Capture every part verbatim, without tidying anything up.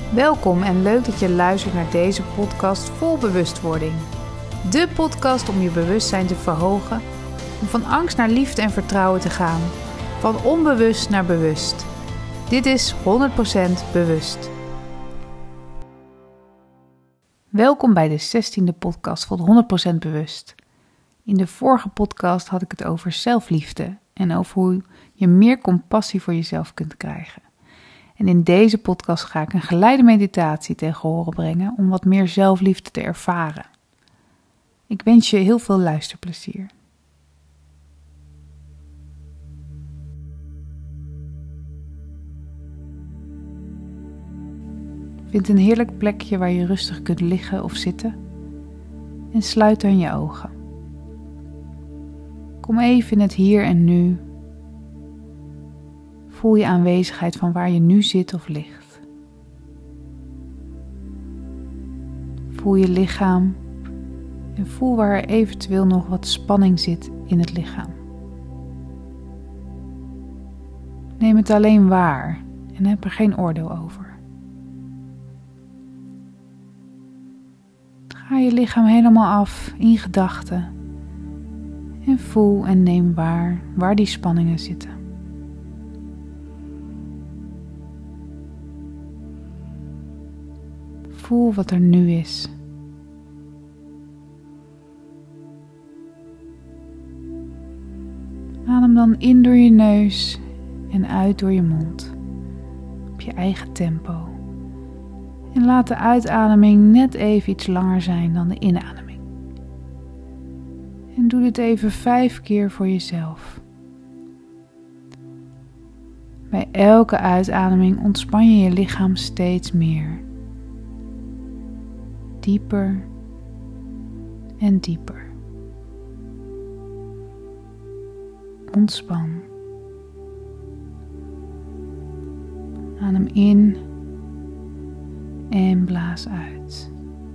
Welkom en leuk dat je luistert naar deze podcast vol bewustwording. De podcast om je bewustzijn te verhogen, om van angst naar liefde en vertrouwen te gaan. Van onbewust naar bewust. Dit is honderd procent bewust. Welkom bij de zestiende podcast van honderd procent bewust. In de vorige podcast had ik het over zelfliefde en over hoe je meer compassie voor jezelf kunt krijgen. En in deze podcast ga ik een geleide meditatie tegen horen brengen om wat meer zelfliefde te ervaren. Ik wens je heel veel luisterplezier. Vind een heerlijk plekje waar je rustig kunt liggen of zitten en sluit dan je ogen. Kom even in het hier en nu. Voel je aanwezigheid van waar je nu zit of ligt. Voel je lichaam en voel waar er eventueel nog wat spanning zit in het lichaam. Neem het alleen waar en heb er geen oordeel over. Ga je lichaam helemaal af in gedachten en voel en neem waar waar die spanningen zitten. Voel wat er nu is. Adem dan in door je neus en uit door je mond, op je eigen tempo. En laat de uitademing net even iets langer zijn dan de inademing. En doe dit even vijf keer voor jezelf. Bij elke uitademing ontspan je je lichaam steeds meer. Dieper en dieper. Ontspan. Adem in en blaas uit.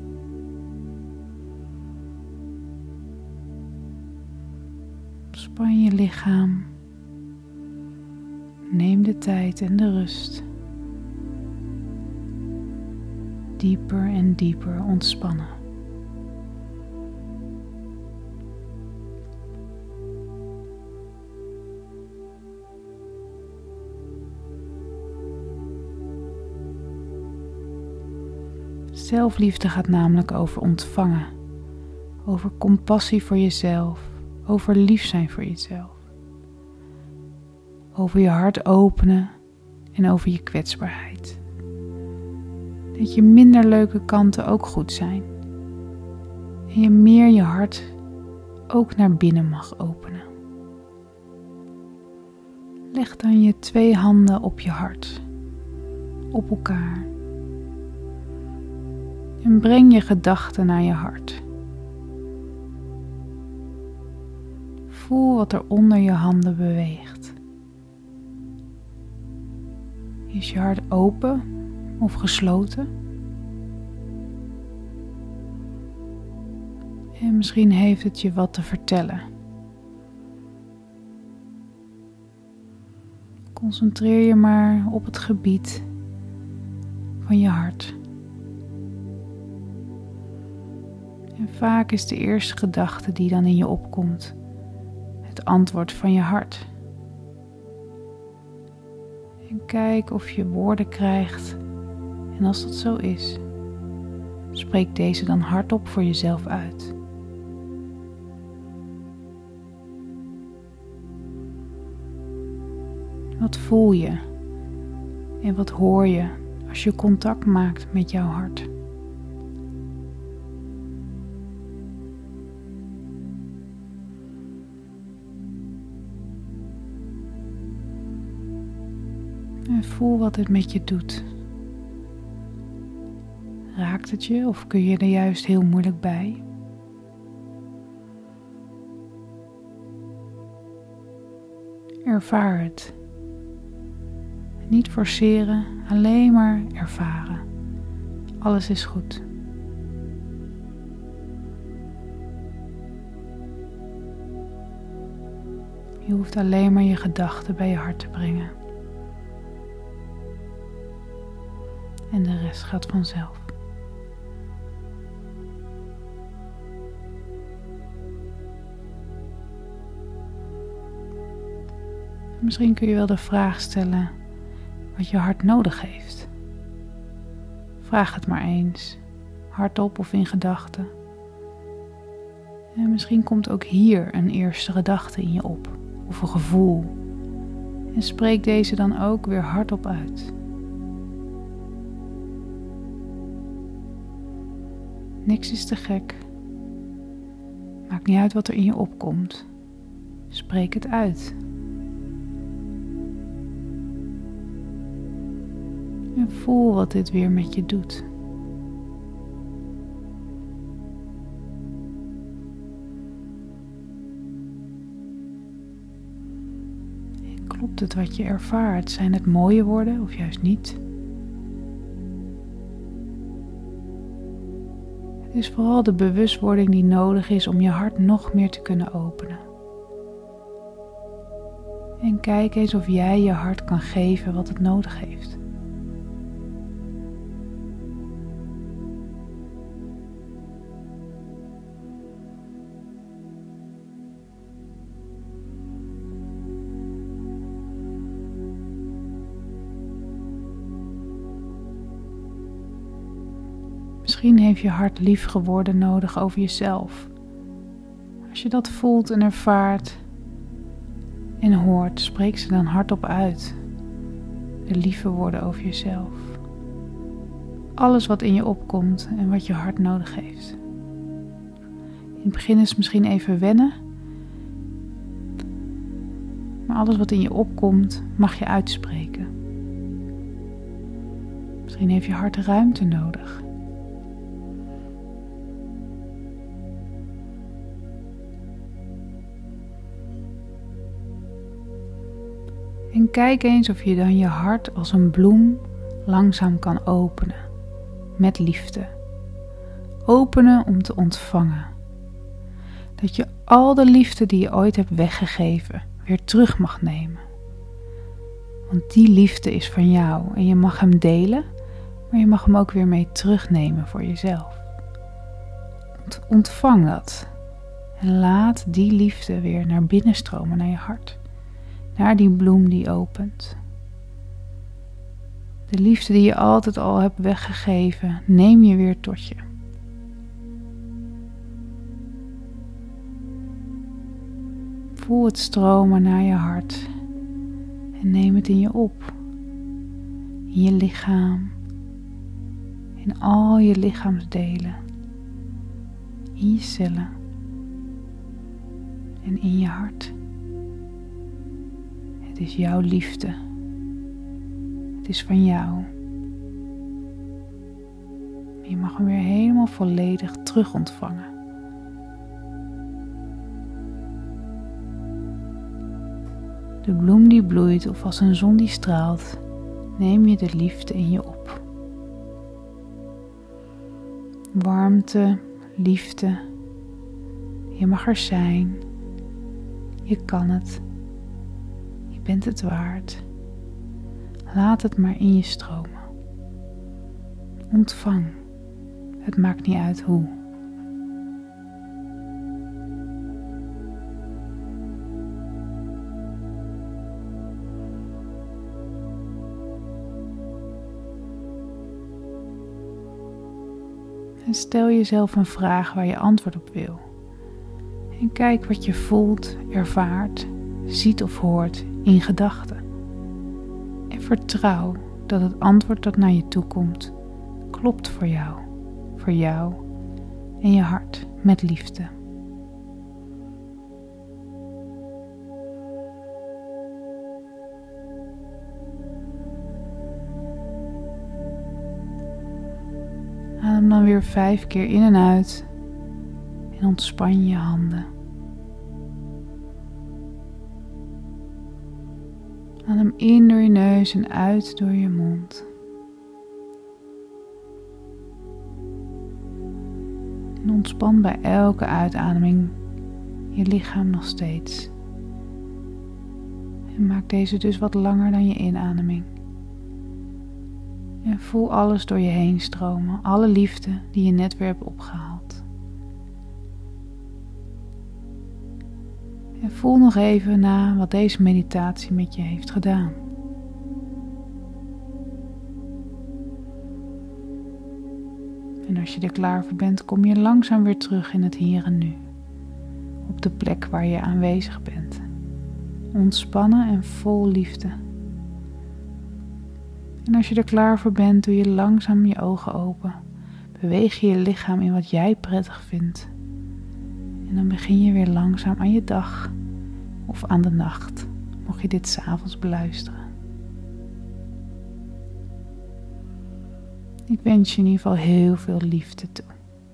Ontspan je lichaam. Neem de tijd en de rust. Dieper en dieper ontspannen. Zelfliefde gaat namelijk over ontvangen, over compassie voor jezelf, over lief zijn voor jezelf, over je hart openen en over je kwetsbaarheid. Dat je minder leuke kanten ook goed zijn en je meer je hart ook naar binnen mag openen. Leg dan je twee handen op je hart, op elkaar. En breng je gedachten naar je hart. Voel wat er onder je handen beweegt. Is je hart open of gesloten? En misschien heeft het je wat te vertellen. Concentreer je maar op het gebied van je hart. En vaak is de eerste gedachte die dan in je opkomt het antwoord van je hart. En kijk of je woorden krijgt. En als dat zo is, spreek deze dan hardop voor jezelf uit. Wat voel je en wat hoor je als je contact maakt met jouw hart? En voel wat het met je doet. Raakt het je of kun je er juist heel moeilijk bij? Ervaar het. Niet forceren, alleen maar ervaren. Alles is goed. Je hoeft alleen maar je gedachten bij je hart te brengen. En de rest gaat vanzelf. Misschien kun je wel de vraag stellen wat je hart nodig heeft. Vraag het maar eens, hardop of in gedachten. En misschien komt ook hier een eerste gedachte in je op, of een gevoel. En spreek deze dan ook weer hardop uit. Niks is te gek. Maakt niet uit wat er in je opkomt. Spreek het uit. En voel wat dit weer met je doet. En klopt het wat je ervaart? Zijn het mooie woorden of juist niet? Het is vooral de bewustwording die nodig is om je hart nog meer te kunnen openen. En kijk eens of jij je hart kan geven wat het nodig heeft. Misschien heeft je hart liefere woorden nodig over jezelf. Als je dat voelt en ervaart en hoort, spreek ze dan hardop uit. De lieve woorden over jezelf. Alles wat in je opkomt en wat je hart nodig heeft. In het begin is het misschien even wennen. Maar alles wat in je opkomt, mag je uitspreken. Misschien heeft je hart ruimte nodig. En kijk eens of je dan je hart als een bloem langzaam kan openen. Met liefde. Openen om te ontvangen. Dat je al de liefde die je ooit hebt weggegeven weer terug mag nemen. Want die liefde is van jou en je mag hem delen, maar je mag hem ook weer mee terugnemen voor jezelf. Ont- ontvang dat. En laat die liefde weer naar binnen stromen naar je hart. Naar die bloem die opent. De liefde die je altijd al hebt weggegeven, neem je weer tot je. Voel het stromen naar je hart en neem het in je op. In je lichaam, in al je lichaamsdelen, in je cellen en in je hart. Het is jouw liefde. Het is van jou. Je mag hem weer helemaal volledig terug ontvangen. De bloem die bloeit of als een zon die straalt, neem je de liefde in je op. Warmte, liefde. Je mag er zijn. Je kan het. Je bent het waard. Laat het maar in je stromen. Ontvang. Het maakt niet uit hoe. En stel jezelf een vraag waar je antwoord op wil. En kijk wat je voelt, ervaart, ziet of hoort in gedachten. En vertrouw dat het antwoord dat naar je toe komt, klopt voor jou, voor jou en je hart met liefde. Adem dan weer vijf keer in en uit en ontspan je handen. Adem in door je neus en uit door je mond. En ontspan bij elke uitademing je lichaam nog steeds. En maak deze dus wat langer dan je inademing. En voel alles door je heen stromen, alle liefde die je net weer hebt opgehaald. En voel nog even na wat deze meditatie met je heeft gedaan. En als je er klaar voor bent, kom je langzaam weer terug in het hier en nu. Op de plek waar je aanwezig bent. Ontspannen en vol liefde. En als je er klaar voor bent, doe je langzaam je ogen open. Beweeg je je lichaam in wat jij prettig vindt. En dan begin je weer langzaam aan je dag of aan de nacht, mocht je dit 's avonds beluisteren. Ik wens je in ieder geval heel veel liefde toe.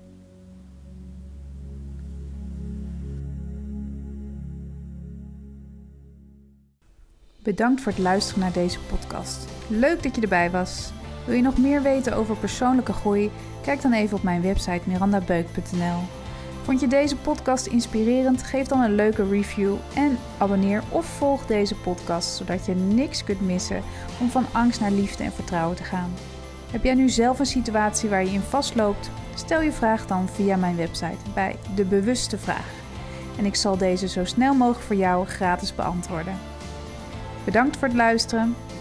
Bedankt voor het luisteren naar deze podcast. Leuk dat je erbij was. Wil je nog meer weten over persoonlijke groei? Kijk dan even op mijn website miranda beuk punt n l. Vond je deze podcast inspirerend? Geef dan een leuke review en abonneer of volg deze podcast, zodat je niks kunt missen om van angst naar liefde en vertrouwen te gaan. Heb jij nu zelf een situatie waar je in vastloopt? Stel je vraag dan via mijn website bij De Bewuste Vraag. En ik zal deze zo snel mogelijk voor jou gratis beantwoorden. Bedankt voor het luisteren.